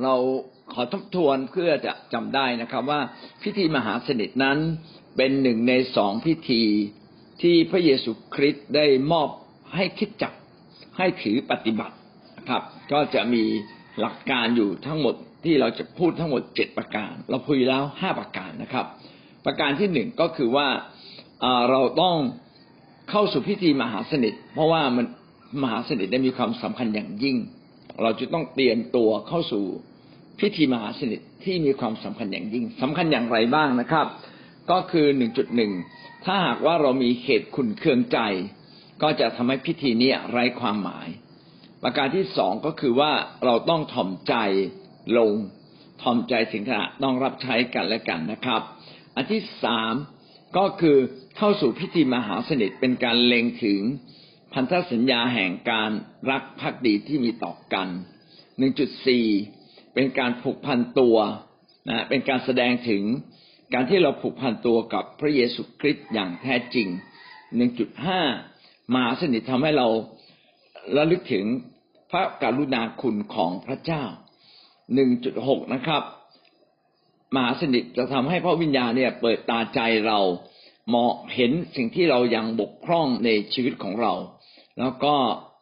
เราขอทบทวนเพื่อจะจำได้นะครับว่าพิธีมหาสนิทนั้นเป็นหนึ่งในสองพิธีที่พระเยซูคริสต์ได้มอบให้คริสตจักรให้ถือปฏิบัตินะครับก็จะมีหลักการอยู่ทั้งหมดที่เราจะพูดทั้งหมด7ประการเราพูดแล้ว5ประการนะครับประการที่1ก็คือว่าเราต้องเข้าสู่พิธีมหาสนิทเพราะว่ามันมหาสนิทได้มีความสำคัญอย่างยิ่งเราจะต้องเตรียมตัวเข้าสู่พิธีมหาสนิทที่มีความสำคัญอย่างยิ่งสำคัญอย่างไรบ้างนะครับก็คือ 1.1 ถ้าหากว่าเรามีเหตุขุ่นเคืองใจก็จะทำให้พิธีนี้ไร้ความหมายประการที่2ก็คือว่าเราต้องถ่อมใจลงถ่อมใจถึงขนาดต้องรับใช้กันและกันนะครับอันที่3ก็คือเข้าสู่พิธีมหาสนิทเป็นการเล็งถึงพันธสัญญาแห่งการรักภักดีที่มีต่อกัน 1.4 เป็นการผูกพันตัวนะเป็นการแสดงถึงการที่เราผูกพันตัวกับพระเยซูคริสต์อย่างแท้จริง 1.5 มหาสนิททำให้เราระลึกถึงพระกรุณาคุณของพระเจ้า 1.6 นะครับมหาสนิทจะทำให้พระวิญญาณเนี่ยเปิดตาใจเรามองเห็นสิ่งที่เรายังบกพร่องในชีวิตของเราแล้วก็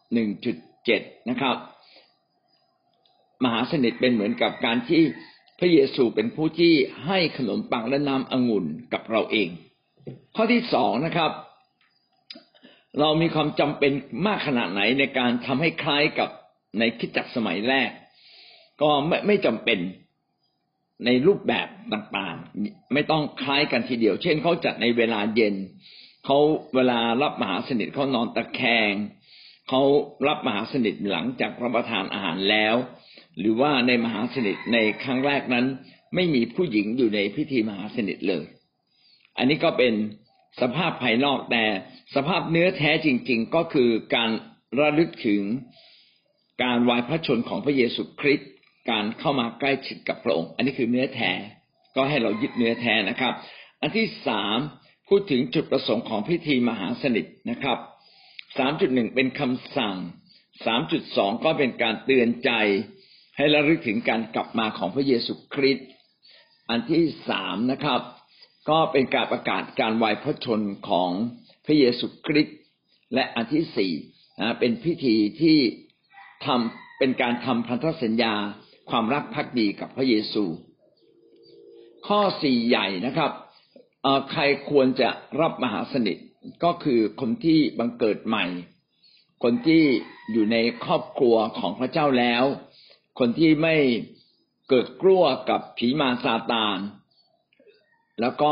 1.7 นะครับมหาสนิทเป็นเหมือนกับการที่พระเยซูเป็นผู้ที่ให้ขนมปังและน้ำองุ่นกับเราเองข้อที่2นะครับเรามีความจำเป็นมากขนาดไหนในการทำให้คล้ายกับในคริสตจักรสมัยแรกก็ไม่จำเป็นในรูปแบบต่างๆไม่ต้องคล้ายกันทีเดียวเช่นเขาจัดในเวลาเย็นเขาเวลารับมหาสนิทเขานอนตะแคงเขารับมหาสนิทหลังจากรับประทานอาหารแล้วหรือว่าในมหาสนิทในครั้งแรกนั้นไม่มีผู้หญิงอยู่ในพิธีมหาสนิทเลยอันนี้ก็เป็นสภาพภายนอกแต่สภาพเนื้อแท้จริงๆก็คือการระลึกถึงการวายพระชนของพระเยซูคริสต์การเข้ามาใกล้ชิดกับพระองค์อันนี้คือเนื้อแท้ก็ให้เรายึดเนื้อแท้นะครับอันที่3พูดถึงจุดประสงค์ของพิธีมหาสนิทนะครับ 3.1 เป็นคำสั่ง 3.2 ก็เป็นการเตือนใจให้ระลึกถึงการกลับมาของพระเยซูคริสต์อันที่3นะครับก็เป็นการประกาศการวายพระชนของพระเยซูคริสต์และอันที่4เป็นพิธีที่เป็นการทำพันธสัญญาความรักภักดีกับพระเยซูข้อ4ใหญ่นะครับใครควรจะรับมหาสนิทก็คือคนที่บังเกิดใหม่คนที่อยู่ในครอบครัวของพระเจ้าแล้วคนที่ไม่เกิดกลัวกับผีมารซาตานแล้วก็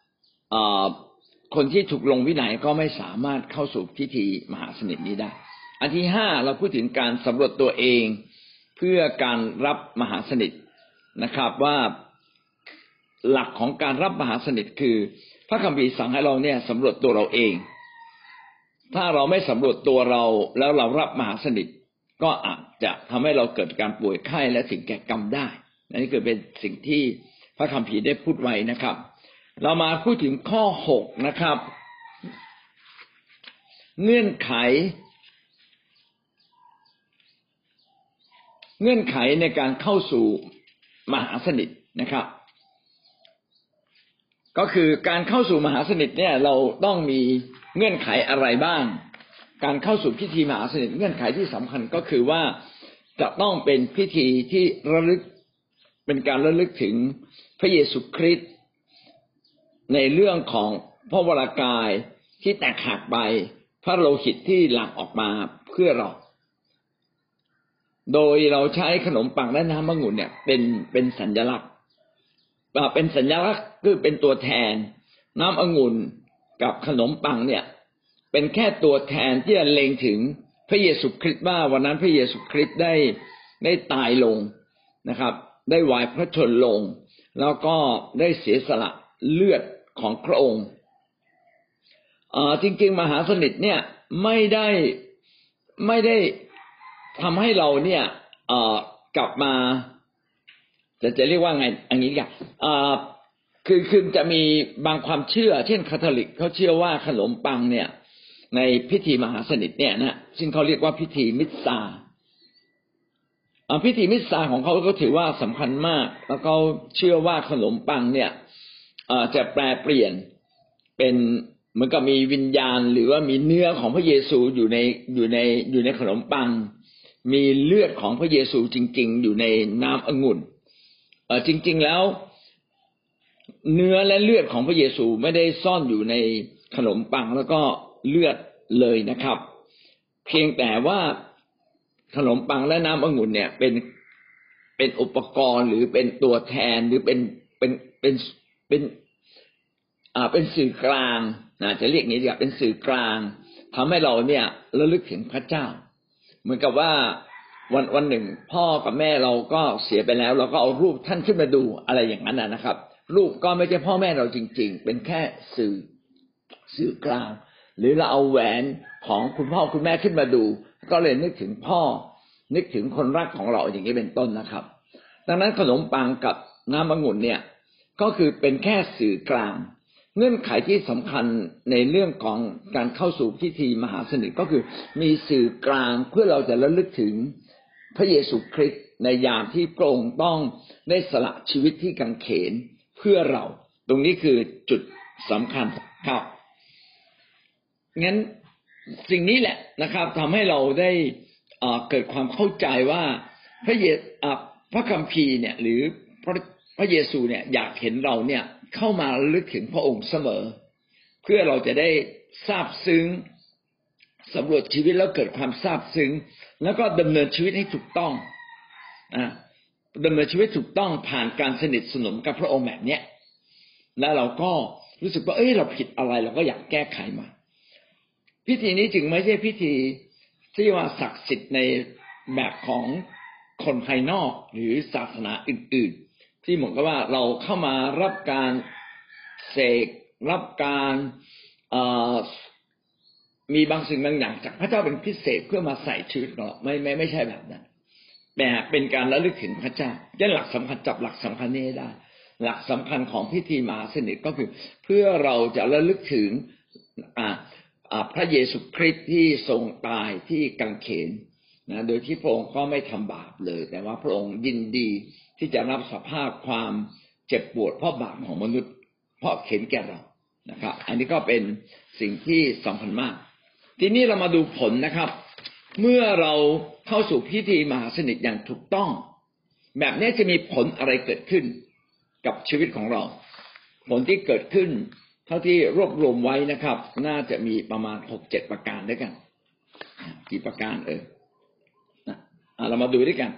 คนที่ถูกลงวินัยก็ไม่สามารถเข้าสู่พิธีมหาสนิทนี้ได้อันที่5เราพูดถึงการสำรวจตัวเองเพื่อการรับมหาสนิทนะครับว่าหลักของการรับมหาสนิทคือพระคัมภีร์สั่งให้เราเนี่ยสำรวจตัวเราเองถ้าเราไม่สำรวจตัวเราแล้วเรารับมหาสนิทก็อาจจะทำให้เราเกิดการป่วยไข้และถึงแก่กรรมได้นี่คือเป็นสิ่งที่พระคัมภีร์ได้พูดไว้นะครับเรามาพูดถึงข้อ6นะครับเงื่อนไขในการเข้าสู่มหาสนิทนะครับก็คือการเข้าสู่มหาสนิทเนี่ยเราต้องมีเงื่อนไขอะไรบ้างการเข้าสู่พิธีมหาสนิทเงื่อนไขที่สำคัญก็คือว่าจะต้องเป็นพิธีที่ระลึกเป็นการระลึกถึงพระเยซูคริสต์ในเรื่องของพระวรากายที่แตกหักไปพระโลหิตที่หลั่งออกมาเพื่อเราโดยเราใช้ขนมปังและน้ำองุ่นเนี่ยเป็นสัญลักษณ์คือเป็นตัวแทนน้ำองุ่นกับขนมปังเนี่ยเป็นแค่ตัวแทนที่จะเล็งถึงพระเยซูคริสต์ว่าวันนั้นพระเยซูคริสต์ได้ตายลงนะครับได้วายพระชนลงแล้วก็ได้เสียสละเลือดของพระองค์จริงๆมหาสนิทเนี่ยไม่ได้ทำให้เราเนี่ยกลับมาจะเรียกว่าไงอันนี้กันคือจะมีบางความเชื่อเช่นคาทอลิกเขาเชื่อว่าขนมปังเนี่ยในพิธีมหาสนิทเนี่ยนะซึ่งเขาเรียกว่าพิธีมิสซาพิธีมิสซาของเขาก็ถือว่าสำคัญมากแล้วก็เชื่อว่าขนมปังเนี่ยจะแปลเปลี่ยนเป็นเหมือนกับมีวิญญาณหรือว่ามีเนื้อของพระเยซูอยู่ในขนมปังมีเลือดของพระเยซูจริงๆอยู่ในน้ำองุ่นจริงๆแล้วเนื้อและเลือดของพระเยซูไม่ได้ซ่อนอยู่ในขนมปังแล้วก็เลือดเลยนะครับเพียงแต่ว่าขนมปังและน้ำองุ่นเนี่ยเป็นอุปกรณ์หรือเป็นตัวแทนหรือเป็นสื่อกลางจะเรียกนี้ดีกว่าเป็นสื่อกลางทำให้เราเนี่ยระลึกถึงพระเจ้าเหมือนกับว่าวันหนึ่งพ่อกับแม่เราก็เสียไปแล้วเราก็เอารูปท่านขึ้นมาดูอะไรอย่างนั้นนะครับรูปก็ไม่ใช่พ่อแม่เราจริงๆเป็นแค่สื่อกลางหรือเราเอาแหวนของคุณพ่อคุณแม่ขึ้นมาดูก็เลยนึกถึงพ่อนึกถึงคนรักของเราอย่างนี้เป็นต้นนะครับดังนั้นขนมปังกับน้ำองุ่นเนี่ยก็คือเป็นแค่สื่อกลางเงื่อนไขที่สำคัญในเรื่องของการเข้าสู่พิธีมหาสนิทก็คือมีสื่อกลางเพื่อเราจะระลึกถึงพระเยซูคริสต์ในยามที่พระองค์ต้องได้สละชีวิตที่กางเขนเพื่อเราตรงนี้คือจุดสำคัญครับงั้นสิ่งนี้แหละนะครับทำให้เราได้เกิดความเข้าใจว่าพระคัมภีร์เนี่ยหรือพระเยซูเนี่ยอยากเห็นเราเนี่ยเข้ามาระลึกถึงพระองค์เสมอเพื่อเราจะได้ซาบซึ้งสำรวจชีวิตแล้วเกิดความซาบซึ้งแล้วก็ดำเนินชีวิตให้ถูกต้องดำเนินชีวิตถูกต้องผ่านการสนิทสนมกับพระองค์แบบเนี้ยแล้วเราก็รู้สึกว่าเราผิดอะไรเราก็อยากแก้ไขมาพิธีนี้จึงไม่ใช่พิธีที่ว่าศักดิ์สิทธิ์ในแบบของคนภายนอกหรือศาสนาอื่นๆที่เหมือนกับว่าเราเข้ามารับการเสกรับการมีบางสิ่งบางอย่างจากพระเจ้าเป็นพิเศษเพื่อมาใส่ชีวิตเราไม่ใช่แบบนั้นแต่เป็นการระลึกถึงพระเจ้ายันหลักสำคัญจับหลักสำคัญนี้ได้หลักสำคัญของพิธีมหาสนิทก็คือเพื่อเราจะระลึกถึงพระเยซูคริสต์ที่ทรงตายที่กางเขนนะโดยที่พระองค์ก็ไม่ทำบาปเลยแต่ว่าพระองค์ยินดีที่จะรับสภาพความเจ็บปวดเพราะบาปของมนุษย์เพราะเข็นแก่เรานะครับอันนี้ก็เป็นสิ่งที่สำคัญมากทีนี้เรามาดูผลนะครับเมื่อเราเข้าสู่พิธีมหาสนิทอย่างถูกต้องแบบนี้จะมีผลอะไรเกิดขึ้นกับชีวิตของเราผลที่เกิดขึ้นเท่าที่รวบรวมไว้นะครับน่าจะมีประมาณ 6-7 ประการด้วยกันกี่ประการเรามาดูด้วยกัน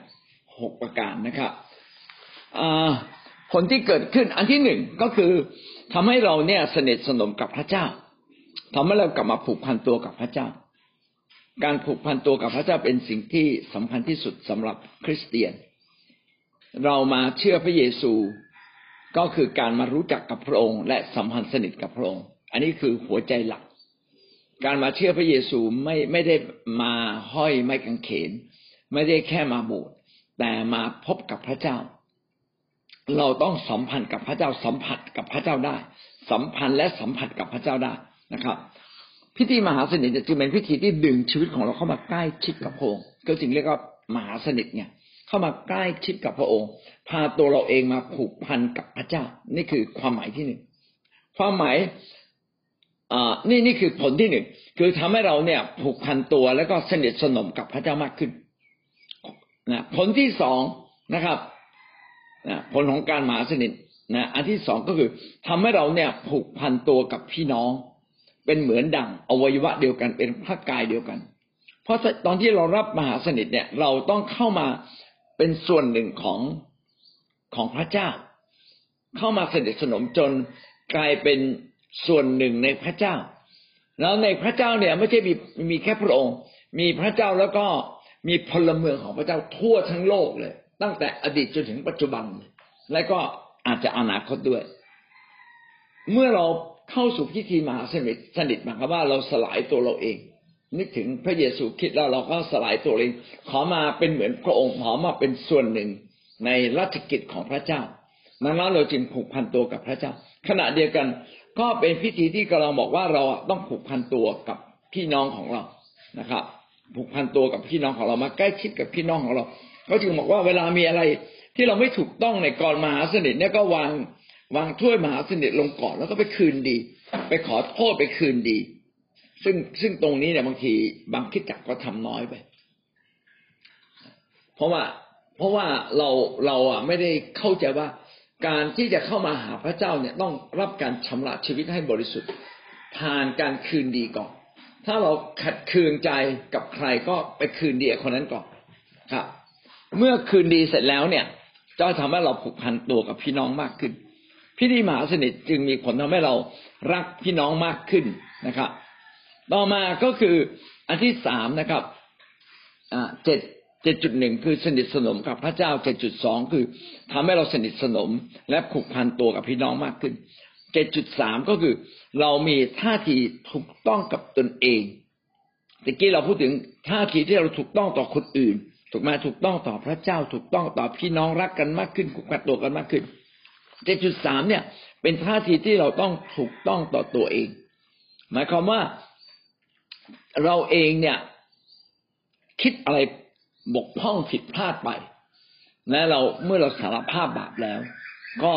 6ประการนะครับผลที่เกิดขึ้นอันที่1ก็คือทำให้เราเนี่ยสนิทสนมกับพระเจ้าทำให้เรากลับมาผูกพันตัวกับพระเจ้าการผูกพันตัวกับพระเจ้าเป็นสิ่งที่สำคัญที่สุดสำหรับคริสเตียนเรามาเชื่อพระเยซูก็คือการมารู้จักกับพระองค์และสัมพันธ์สนิทกับพระองค์อันนี้คือหัวใจหลักการมาเชื่อพระเยซูไม่ได้มาห้อยไม้กางเขนไม่ได้แค่มาโบสถ์แต่มาพบกับพระเจ้าเราต้องสัมพันธ์กับพระเจ้าสัมผัสกับพระเจ้าได้สัมพันธ์และสัมผัสกับพระเจ้าได้นะครับพิธีมหาสนิทจึงเป็นพิธีที่ดึงชีวิตของเราเข้ามาใกล้ชิดกับพระองค์ก็จึงเรียกว่ามหาสนิทเนี่ยเข้ามาใกล้ชิดกับพระองค์พาตัวเราเองมาผูกพันกับพระเจ้านี่คือความหมายที่1ความหมายนี่คือผลที่1คือทำให้เราเนี่ยผูกพันตัวแล้วก็สนิทสนมกับพระเจ้ามากขึ้นนะผลที่2นะครับผลของการมหาสนิทนะอันที่2ก็คือทำให้เราเนี่ยผูกพันตัวกับพี่น้องเป็นเหมือนดั่งอวัยวะเดียวกันเป็นพระกายเดียวกันเพราะตอนที่เรารับมหาสนิทเนี่ยเราต้องเข้ามาเป็นส่วนหนึ่งของพระเจ้าเข้ามาสนิทสนมจนกลายเป็นส่วนหนึ่งในพระเจ้าแล้วในพระเจ้าเนี่ยไม่ใช่มีแค่พระองค์มีพระเจ้าแล้วก็มีพลเมืองของพระเจ้าทั่วทั้งโลกเลยตั้งแต่อดีตจนถึงปัจจุบันและก็อาจจะอนาคตด้วยเมื่อเราเข้าสู่พิธีมหาสนิทหมายความว่าเราสลายตัวเราเองนึกถึงพระเยซูคริสต์แล้วเราก็สลายตัวเองขอมาเป็นเหมือนพระองค์ขอมาเป็นส่วนหนึ่งในราชกิจของพระเจ้าดังนั้นเราจึงผูกพันตัวกับพระเจ้าขณะเดียวกันก็เป็นพิธีที่กำลังบอกว่าเราต้องผูกพันตัวกับพี่น้องของเรานะครับผูกพันตัวกับพี่น้องของเรามาใกล้ชิดกับพี่น้องของเราเขาจึงบอกว่าเวลามีอะไรที่เราไม่ถูกต้องในก่อนมหาสนิทเนี่ยก็วางถ้วยมหาสนิทลงก่อนแล้วก็ไปคืนดีไปขอโทษไปคืนดีซึ่งตรงนี้เนี่ยบางทีบางคริสตจักรก็ทำน้อยไปเพราะว่าเราไม่ได้เข้าใจว่าการที่จะเข้ามาหาพระเจ้าเนี่ยต้องรับการชำระชีวิตให้บริสุทธิ์ผ่านการคืนดีก่อนถ้าเราขัดเคืองใจกับใครก็ไปคืนดีกับคนนั้นก่อนครับเมื่อคืนดีเสร็จแล้วเนี่ยจะทำให้เราผูกพันตัวกับพี่น้องมากขึ้นพิธีมหาสนิทจึงมีผลทำให้เรารักพี่น้องมากขึ้นนะครับต่อมาก็คืออันที่3นะครับ7.1 คือสนิทสนมกับพระเจ้า 7.2 คือทำให้เราสนิทสนมและผูกพันตัวกับพี่น้องมากขึ้น 7.3 ก็คือเรามีท่าทีถูกต้องกับตนเองตะกี้เราพูดถึงท่าทีที่เราถูกต้องต่อคนอื่นถูกไหมถูกต้องต่อพระเจ้าถูกต้องต่อพี่น้องรักกันมากขึ้นผูกพันตัวกันมากขึ้น 7.3 เนี่ยเป็นท่าทีที่เราต้องถูกต้องต่อตัวเองหมายความว่าเราเองเนี่ยคิดอะไรบกพร่องผิดพลาดไปและเมื่อเราสารภาพบาปแล้วก็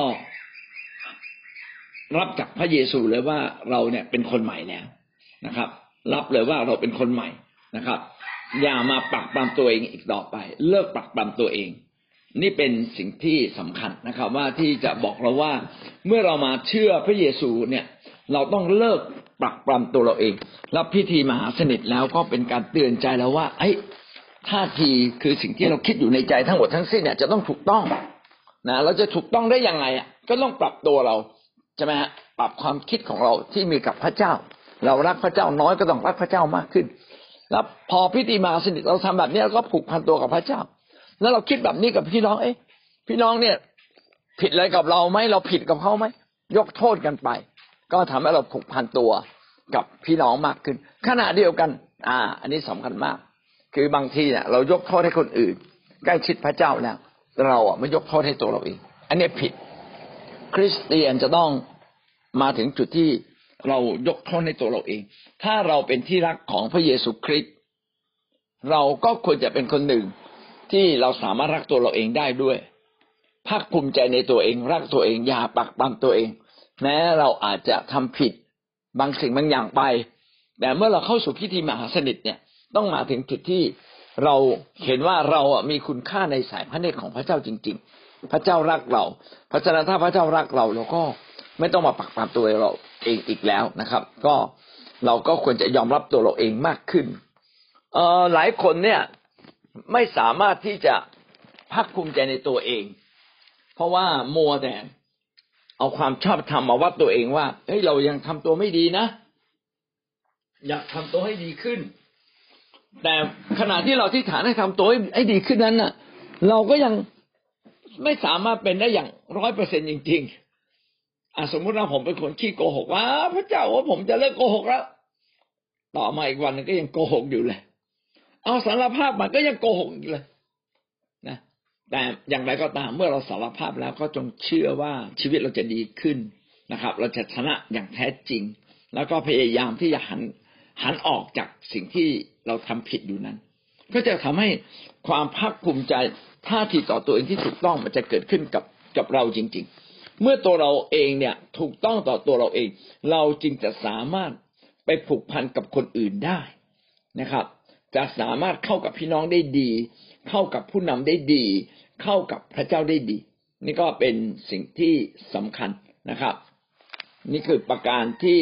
รับจากพระเยซูเลยว่าเราเนี่ยเป็นคนใหม่แล้วนะครับรับเลยว่าเราเป็นคนใหม่นะครับอย่ามาปรักปรำตัวเองอีกต่อไปเลิกปรักปรำตัวเองนี่เป็นสิ่งที่สำคัญนะครับว่าที่จะบอกเราว่าเมื่อเรามาเชื่อพระเยซูเนี่ยเราต้องเลิกปรักปรำตัวเราเองรับพิธีมหาสนิทแล้วก็เป็นการเตือนใจเราว่าท่าทีคือสิ่งที่เราคิดอยู่ในใจทั้งหมดทั้งสิ้นเนี่ยจะต้องถูกต้องนะเราจะถูกต้องได้ยังไงก็ต้องปรับตัวเราใช่ไหมฮะปรับความคิดของเราที่มีกับพระเจ้าเรารักพระเจ้าน้อยก็ต้องรักพระเจ้ามากขึ้นแล้วพอพิธีมหาสนิทเราทำแบบนี้เราก็ผูกพันตัวกับพระเจ้าแล้วเราคิดแบบนี้กับพี่น้องพี่น้องเนี่ยผิดอะไรกับเราไหมเราผิดกับเขาไหมยกโทษกันไปก็ทำให้เราผูกพันตัวกับพี่น้องมากขึ้นขณะเดียวกันอันนี้สำคัญมากคือบางทีเนี่ยเรายกโทษให้คนอื่นใกล้ชิดพระเจ้าแล้วเราไม่ยกโทษให้ตัวเราเองอันนี้ผิดคริสเตียนจะต้องมาถึงจุดที่เรายกโทษให้ตัวเราเองถ้าเราเป็นที่รักของพระเยซูคริสต์เราก็ควรจะเป็นคนหนึ่งที่เราสามารถรักตัวเราเองได้ด้วยภาคภูมิใจในตัวเองรักตัวเองอย่าปักปั๊มตัวเองแม้เราอาจจะทำผิดบางสิ่งบางอย่างไปแต่เมื่อเราเข้าสู่พิธีมหาสนิทเนี่ยต้องมาถึงจุดที่เราเห็นว่าเรามีคุณค่าในสายพระเนตรของพระเจ้าจริงๆพระเจ้ารักเราเพราะฉะนั้นถ้าพระเจ้ารักเราเราก็ไม่ต้องมาปักปั๊มตัวเราเองอีกแล้วนะครับก็เราก็ควรจะยอมรับตัวเราเองมากขึ้นหลายคนเนี่ยไม่สามารถที่จะภาคภูมิใจในตัวเองเพราะว่ามัวแต่เอาความชอบธรรมมาวัดตัวเองว่าเรายังทำตัวไม่ดีนะอยากทำตัวให้ดีขึ้นแต่ขณะที่เราที่ฐานให้ทำตัวให้ดีขึ้นนั้นน่ะเราก็ยังไม่สามารถเป็นได้อย่าง 100% จริงๆสมมติว่าผมเป็นคนขี้โกหกว่าพระเจ้าว่าผมจะเลิกโกหกแล้วต่อมาอีกวันนึงก็ยังโกหกอยู่เลยเอาสารภาพมันก็ยังโกหกอีกเลยนะแต่อย่างไรก็ตามเมื่อเราสารภาพแล้วก็จงเชื่อว่าชีวิตเราจะดีขึ้นนะครับเราจะชนะอย่างแท้จริงแล้วก็พยายามที่จะหันออกจากสิ่งที่เราทำผิดอยู่นั้นก็จะทำให้ความภาคภูมิใจท่าทีต่อตัวเองที่ถูกต้องมันจะเกิดขึ้นกับเราจริงๆเมื่อตัวเราเองเนี่ยถูกต้องต่อตัวเราเองเราจึงจะสามารถไปผูกพันกับคนอื่นได้นะครับจะสามารถเข้ากับพี่น้องได้ดีเข้ากับผู้นำได้ดีเข้ากับพระเจ้าได้ดีนี่ก็เป็นสิ่งที่สำคัญนะครับนี่คือประการที่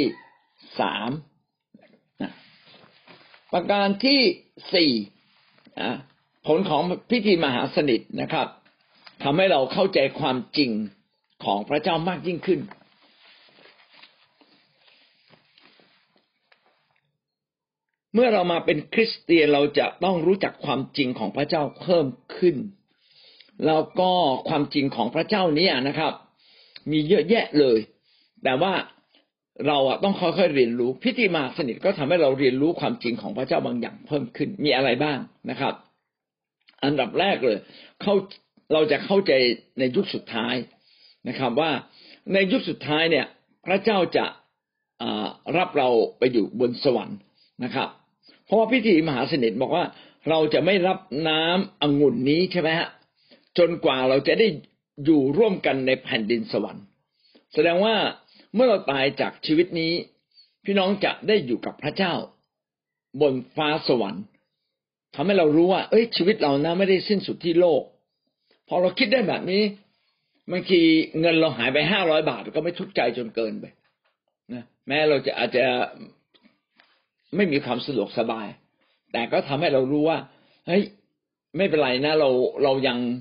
3ประการที่4ผลของพิธีมหาสนิทนะครับทำให้เราเข้าใจความจริงของพระเจ้ามากยิ่งขึ้นเมื่อเรามาเป็นคริสเตียนเราจะต้องรู้จักความจริงของพระเจ้าเพิ่มขึ้นแล้วก็ความจริงของพระเจ้านี้นะครับมีเยอะแยะเลยแต่ว่าเราต้องค่อยๆเรียนรู้พิธีมหาสนิทก็ทำให้เราเรียนรู้ความจริงของพระเจ้าบางอย่างเพิ่มขึ้นมีอะไรบ้างนะครับอันดับแรกเลยเราจะเข้าใจในยุคสุดท้ายนะครับว่าในยุคสุดท้ายเนี่ยพระเจ้าจะรับเราไปอยู่บนสวรรค์นะครับเพราะว่าพิธีมหาสนิทบอกว่าเราจะไม่รับน้ำองุ่นนี้ใช่ไหมฮะจนกว่าเราจะได้อยู่ร่วมกันในแผ่นดินสวรรค์แสดงว่าเมื่อเราตายจากชีวิตนี้พี่น้องจะได้อยู่กับพระเจ้าบนฟ้าสวรรค์ทำให้เรารู้ว่าชีวิตเรานะไม่ได้สิ้นสุดที่โลกพอเราคิดได้แบบนี้บางทีเงินเราหายไป500 บาทก็ไม่ทุกข์ใจจนเกินไปนะแม้เราจะอาจจะไม่มีความสะดวกสบายแต่ก็ทำให้เรารู้ว่าไม่เป็นไรนะเรา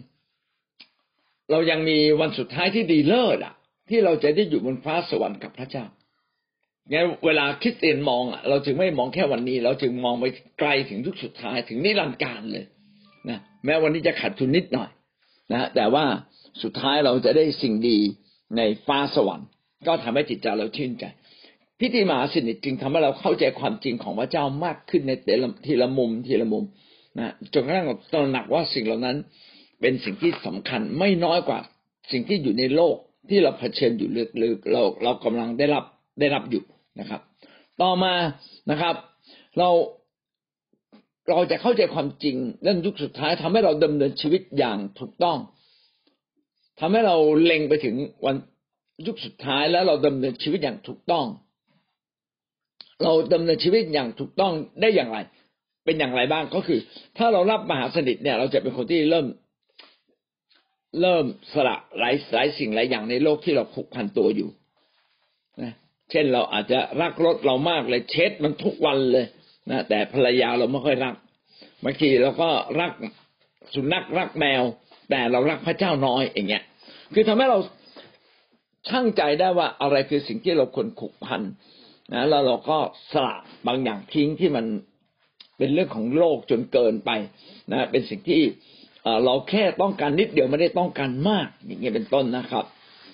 ยังมีวันสุดท้ายที่ดีเลิศที่เราจะได้อยู่บนฟ้าสวรรค์กับพระเจ้างั้นเวลาคริสเตียนมองเราจึงไม่มองแค่วันนี้เราจึงมองไปไกลถึงยุคสุดท้ายถึงนิรันดร์กาลเลยนะแม้วันนี้จะขาดทุนนิดหน่อยนะแต่ว่าสุดท้ายเราจะได้สิ่งดีในฟ้าสวรรค์ก็ทำให้จิตใจเราชื่นใจพิธีมหาสนิทจึงทำให้เราเข้าใจความจริงของพระเจ้ามากขึ้นในทีละมุมนะจนกระทั่งตระหนักว่าสิ่งเหล่านั้นเป็นสิ่งที่สำคัญไม่น้อยกว่าสิ่งที่อยู่ในโลกที่เราเผชิญอยู่หรือเรากำลังได้รับอยู่นะครับต่อมานะครับเราจะเข้าใจความจริงเรื่องยุคสุดท้ายทำให้เราดำเนินชีวิตอย่างถูกต้องทำให้เราเล็งไปถึงวันยุคสุดท้ายแล้วเราดำเนินชีวิตอย่างถูกต้องเราดำเนินชีวิตอย่างถูกต้องได้อย่างไรเป็นอย่างไรบ้างก็คือถ้าเรารับมหาสนิทเนี่ยเราจะเป็นคนที่เริ่มสละหลายสิ่งหลายอย่างในโลกที่เราผูกพันตัวอยู่นะเช่นเราอาจจะรักรถเรามากเลยเช็ดมันทุกวันเลยนะแต่ภรรยาเราไม่ค่อยรักบางทีเราก็รักสุนัขรักแมวแต่เรารักพระเจ้าน้อยอย่างเงี้ยคือทำให้เราชั่งใจได้ว่าอะไรคือสิ่งที่เราควรผูกพันนะแล้วเราก็สละบางอย่างทิ้งที่มันเป็นเรื่องของโลกจนเกินไปนะเป็นสิ่งที่เราแค่ต้องการนิดเดียวไม่ได้ต้องการมากอย่างเงี้ยเป็นต้นนะครับ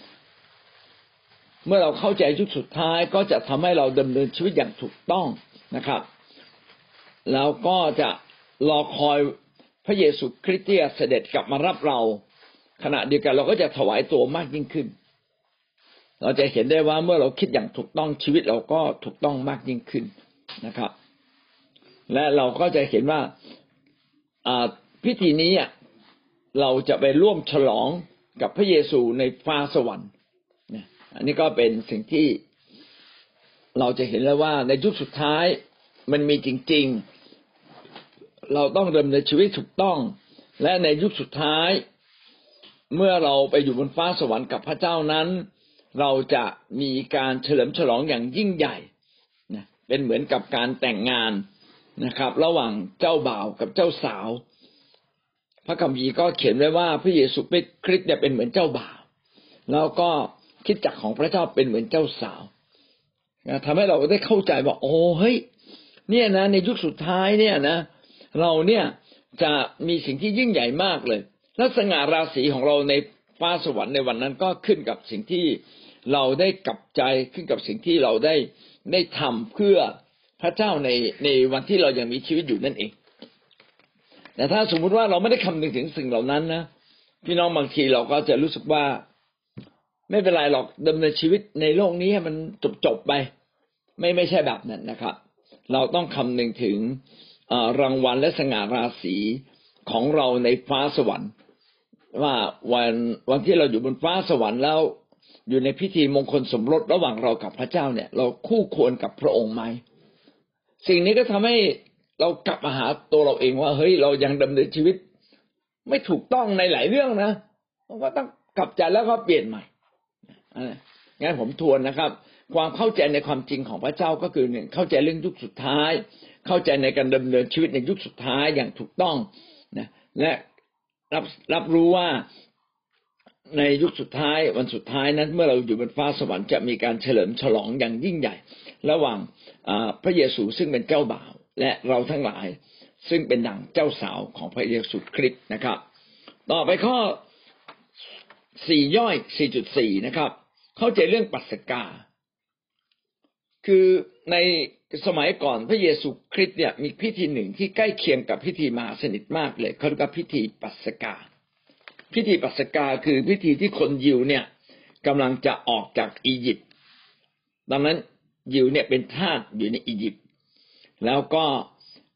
เมื่อเราเข้าใจยุคสุดท้ายก็จะทำให้เราดำเนินชีวิตอย่างถูกต้องนะครับแล้วก็จะรอคอยพระเยซูคริสต์ที่จะเสด็จกลับมารับเราขณะเดียวกันเราก็จะถวายตัวมากยิ่งขึ้นเราจะเห็นได้ว่าเมื่อเราคิดอย่างถูกต้องชีวิตเราก็ถูกต้องมากยิ่งขึ้นนะครับและเราก็จะเห็นว่าพิธีนี้เราจะไปร่วมฉลองกับพระเยซูในฟ้าสวรรค์อันนี้ก็เป็นสิ่งที่เราจะเห็นแล้วว่าในยุคสุดท้ายมันมีจริงๆเราต้องดำเนินชีวิตถูกต้องและในยุคสุดท้ายเมื่อเราไปอยู่บนฟ้าสวรรค์กับพระเจ้านั้นเราจะมีการเฉลิมฉลองอย่างยิ่งใหญ่นะเป็นเหมือนกับการแต่งงานนะครับระหว่างเจ้าบ่าวกับเจ้าสาวพระคัมภีร์ก็เขียนไว้ว่าพระเยซูคริสต์เนี่ยเป็นเหมือนเจ้าบ่าวแล้วก็คริสตจักรของพระเจ้าเป็นเหมือนเจ้าสาวทำให้เราได้เข้าใจว่าโอ้เฮ้ยเนี่ยนะในยุคสุดท้ายเนี่ยนะเราเนี่ยจะมีสิ่งที่ยิ่งใหญ่มากเลยและสง่าราศีของเราในฟ้าสวรรค์ในวันนั้นก็ขึ้นกับสิ่งที่เราได้กลับใจขึ้นกับสิ่งที่เราได้ทำเพื่อพระเจ้าในวันที่เรายังมีชีวิตอยู่นั่นเองแต่ถ้าสมมุติว่าเราไม่ได้คำนึงถึงสิ่งเหล่านั้นนะพี่น้องบางทีเราก็จะรู้สึกว่าไม่เป็นไรหรอกดำเนินชีวิตในโลกนี้ให้มันจบไปไม่ใช่แบบนั้นนะครับเราต้องคำนึงถึงรางวัลและสง่าราศีของเราในฟ้าสวรรค์ว่าวันที่เราอยู่บนฟ้าสวรรค์แล้วอยู่ในพิธีมงคลสมรสระหว่างเรากับพระเจ้าเนี่ยเราคู่ควรกับพระองค์ไหมสิ่งนี้ก็ทำให้เรากลับมาหาตัวเราเองว่าเฮ้ยเรายังดำเนินชีวิตไม่ถูกต้องในหลายเรื่องนะเราก็ต้องกลับใจแล้วก็เปลี่ยนใหม่งั้นผมทวนนะครับความเข้าใจในความจริงของพระเจ้าก็คือหนึ่งเข้าใจเรื่องยุคสุดท้ายเข้าใจในการดำเนินชีวิตในยุคสุดท้ายอย่างถูกต้องนะและรับรู้ว่าในยุคสุดท้ายวันสุดท้ายนั้นเมื่อเราอยู่บนฟ้าสวรรค์จะมีการเฉลิมฉลองอย่างยิ่งใหญ่ระหว่างพระเยซูซึ่งเป็นเจ้าบ่าวและเราทั้งหลายซึ่งเป็นดั่งเจ้าสาวของพระเยซูคริสต์นะครับต่อไปข้อ4ย่อย 4.4 นะครับเข้าใจเรื่องปัสกาคือในสมัยก่อนพระเยซูคริสต์เนี่ยมีพิธีหนึ่งที่ใกล้เคียงกับพิธีมหาสนิทมากเลยเขาเรียกว่าพิธีปัสกาพิธีปัสกาคือพิธีที่คนยิวเนี่ยกำลังจะออกจากอียิปต์ดังนั้นยิวเนี่ยเป็นทาสอยู่ในอียิปต์แล้วก็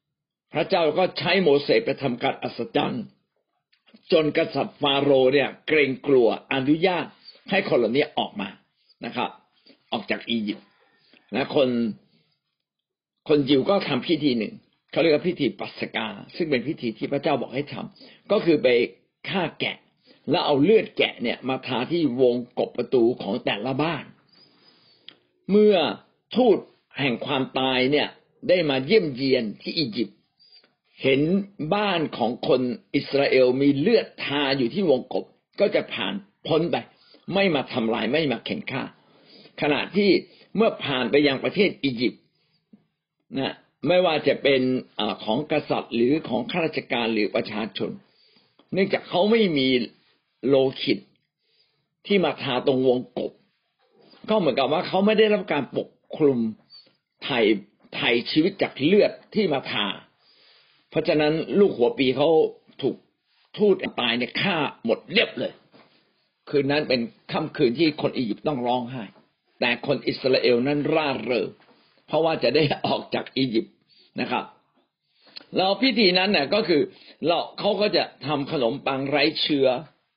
พระเจ้าก็ใช้โมเสสไปทำการอัศจรรย์จนกษัตริย์ฟาโรห์เนี่ยเกรงกลัวอนุญาตให้คนเหล่านี้ออกมานะครับออกจากอียิปต์นะคนยิวก็ทำพิธีหนึ่งเขาเรียกว่าพิธีปัสกาซึ่งเป็นพิธีที่พระเจ้าบอกให้ทำก็คือไปฆ่าแกะแล้วเอาเลือดแกะเนี่ยมาทาที่วงกบประตูของแต่ละบ้านเมื่อทูตแห่งความตายเนี่ยได้มาเยี่ยมเยียนที่อียิปต์เห็นบ้านของคนอิสราเอลมีเลือดทาอยู่ที่วงกบก็จะผ่านพ้นไปไม่มาทำลายไม่มาเข็นฆ่าขณะที่เมื่อผ่านไปยังประเทศอียิปต์นะไม่ว่าจะเป็นของกษัตริย์หรือของข้าราชการหรือประชาชนเนื่องจากเขาไม่มีโลหิตที่มาทาตรงวงกบก็เหมือนกับว่าเขาไม่ได้รับการปกคลุมไถ่ชีวิตจากเลือดที่มาทาเพราะฉะนั้นลูกหัวปีเขาถูกทูตตายเนี่ยฆ่าหมดเรียบเลยคืนนั้นเป็นค่ำคืนที่คนอียิปต์ต้องร้องไห้แต่คนอิสราเอลนั้นร่าเริงเพราะว่าจะได้ออกจากอียิปต์นะครับแล้วพิธีนั้นเนี่ยก็คือเขาก็จะทำขนมปังไร้เชื้อ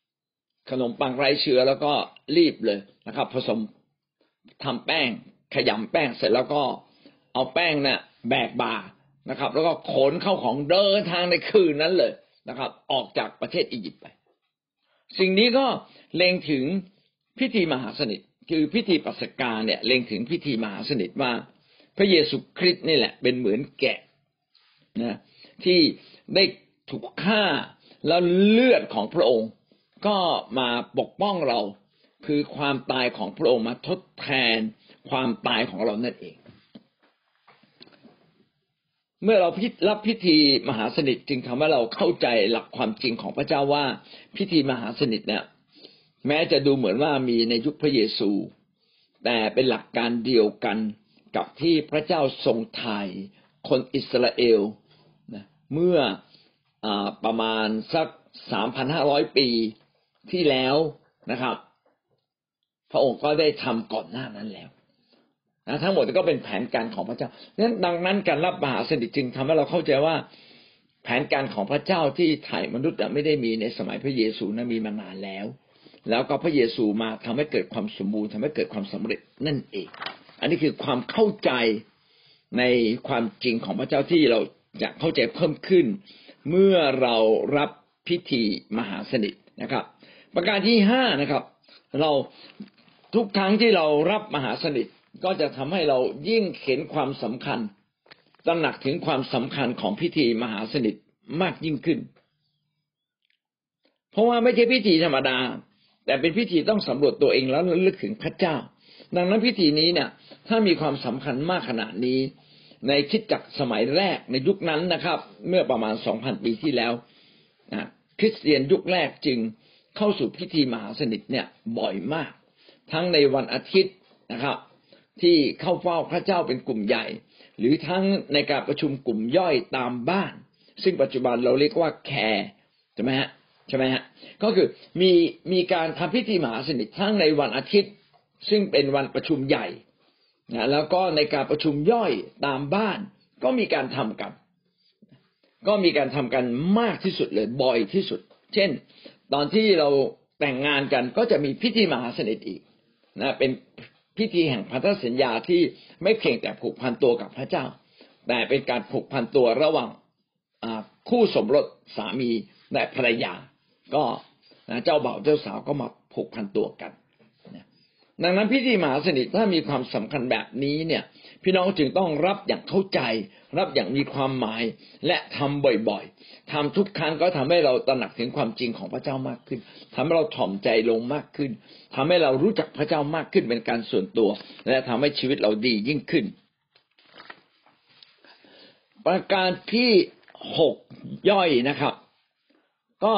แล้วก็รีบเลยนะครับผสมทำแป้งขยำแป้งเสร็จแล้วก็เอาแป้งน่ะแบกบ่านะครับแล้วก็ขนเข้าของเดินทางในคืนนั้นเลยนะครับออกจากประเทศอียิปต์ไปสิ่งนี้ก็เล็งถึงพิธีมหาสนิทคือพิธีปัสกาเนี่ยเล็งถึงพิธีมหาสนิทว่าพระเยซูคริสต์นี่แหละเป็นเหมือนแกะนะที่ได้ถูกฆ่าแล้วเลือดของพระองค์ก็มาปกป้องเราคือความตายของพระองค์มาทดแทนความตายของเรานั่นเองเมื่อเรารับพิธีมหาสนิทจึงทำให้เราเข้าใจหลักความจริงของพระเจ้าว่าพิธีมหาสนิทเนี่ยแม้จะดูเหมือนว่ามีในยุคพระเยซูแต่เป็นหลักการเดียวกันกับที่พระเจ้าทรงไถ่คนอิสราเอลนะเมื่อประมาณสัก 3,500 ปีที่แล้วนะครับพระองค์ก็ได้ทำก่อนหน้านั้นแล้วนะทั้งหมดก็เป็นแผนการของพระเจ้าดังนั้นการรับมหาสนิทจึงทำให้เราเข้าใจว่าแผนการของพระเจ้าที่ไถ่มนุษย์ไม่ได้มีในสมัยพระเยซูนะมีมานานแล้วก็พระเยซูมาทำให้เกิดความสมบูรณ์ทำให้เกิดความสำเร็จนั่นเองอันนี้คือความเข้าใจในความจริงของพระเจ้าที่เราจะเข้าใจเพิ่มขึ้นเมื่อเรารับพิธีมหาสนิทนะครับประการที่5นะครับเราทุกครั้งที่เรารับมหาสนิทก็จะทำให้เรายิ่งเห็นความสำคัญตระหนักถึงความสำคัญของพิธีมหาสนิทมากยิ่งขึ้นเพราะว่าไม่ใช่พิธีธรรมดาแต่เป็นพิธีต้องสำรวจตัวเองแล้วระลึกถึงพระเจ้าดังนั้นพิธีนี้เนี่ยถ้ามีความสำคัญมากขนาดนี้ในคริสตจักรสมัยแรกในยุคนั้นนะครับเมื่อประมาณ 2,000 ปีที่แล้วคริสเตียนยุคแรกจึงเข้าสู่พิธีมหาสนิทเนี่ยบ่อยมากทั้งในวันอาทิตย์นะครับที่เข้าเฝ้าพระเจ้าเป็นกลุ่มใหญ่หรือทั้งในการประชุมกลุ่มย่อยตามบ้านซึ่งปัจจุบันเราเรียกว่าแคร์ใช่ไหมฮะก็คือมีการทำพิธีมหาสนิททั้งในวันอาทิตย์ซึ่งเป็นวันประชุมใหญ่นะแล้วก็ในการประชุมย่อยตามบ้านก็มีการทำกันมากที่สุดเลยบ่อยที่สุดเช่นตอนที่เราแต่งงานกันก็จะมีพิธีมหาสนิทอีกนะเป็นพิธีแห่งพันธสัญญาที่ไม่เพียงแต่ผูกพันตัวกับพระเจ้าแต่เป็นการผูกพันตัวระหว่างคู่สมรสสามีและภรรยาก็เจ้าบ่าวเจ้าสาวก็มาผูกพันตัวกันดังนั้นพิธีมหาสนิทถ้ามีความสำคัญแบบนี้เนี่ยพี่น้องจึงต้องรับอย่างเข้าใจรับอย่างมีความหมายและทำบ่อยๆทำทุกครั้งก็ทำให้เราตระหนักถึงความจริงของพระเจ้ามากขึ้นทำให้เราถ่อมใจลงมากขึ้นทำให้เรารู้จักพระเจ้ามากขึ้นเป็นการส่วนตัวและทำให้ชีวิตเราดียิ่งขึ้นประการที่6ย่อยนะครับก็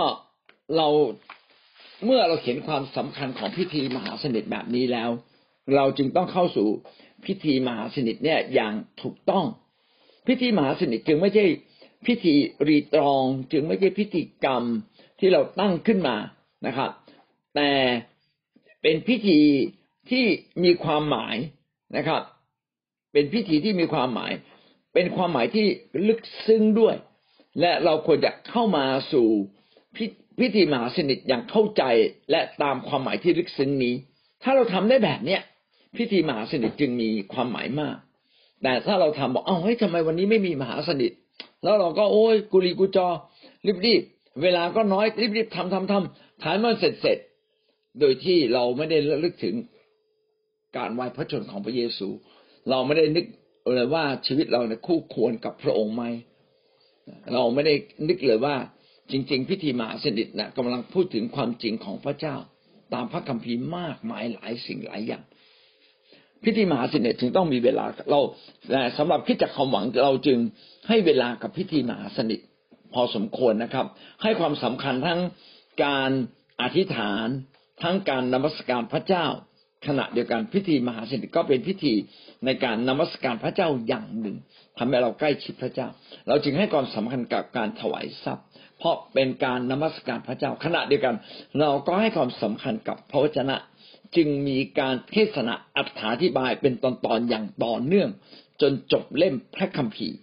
เมื่อเราเห็นความสำคัญของพิธีมหาสนิทแบบนี้แล้วเราจึงต้องเข้าสู่พิธีมหาสนิทเนี่ยอย่างถูกต้องพิธีมหาสนิทจึงไม่ใช่พิธีรีตรองจึงไม่ใช่พิธีกรรมที่เราตั้งขึ้นมานะครับแต่เป็นพิธีที่มีความหมายนะครับเป็นพิธีที่มีความหมายเป็นความหมายที่ลึกซึ้งด้วยและเราควรจะเข้ามาสู่พิธีมหาสนิทอย่างเข้าใจและตามความหมายที่ลึกซึ้งนี้ถ้าเราทำได้แบบเนี้ยพิธีมหาสนิทจึงมีความหมายมากแต่ถ้าเราทำบอกเฮ้ยทำไมวันนี้ไม่มีมหาสนิทแล้วเราก็โอ้ยกุลีกุจอรีบเวลาก็น้อยรีบทำถ่ายมันเสร็จโดยที่เราไม่ได้ระลึกถึงการวายพระชนของพระเยซูเราไม่ได้นึกเลยว่าชีวิตเราเนี่ยคู่ควรกับพระองค์ไหมเราไม่ได้นึกเลยว่าจริงๆพิธีมหาสนิทนะกำลังพูดถึงความจริงของพระเจ้าตามพระคัมภีร์มากมายหลายสิ่งหลายอย่างพิธีมหาสนิทจึงต้องมีเวลาเราสำหรับคริสตจักรความหวังเราจึงให้เวลากับพิธีมหาสนิทพอสมควรนะครับให้ความสำคัญทั้งการอธิษฐานทั้งการนมัสการพระเจ้าขณะเดียวกันพิธีมหาสนิทก็เป็นพิธีในการนมัสการพระเจ้าอย่างหนึ่งทำให้เราใกล้ชิดพระเจ้าเราจึงให้ความสำคัญกับการถวายทรัพย์เพราะเป็นการนมัสการพระเจ้าขณะเดียวกันเราก็ให้ความสำคัญกับพระวจนะจึงมีการเทศนาอธิบายเป็นตอนๆอย่างต่อเนื่องจนจบเล่มพระคัมภีร์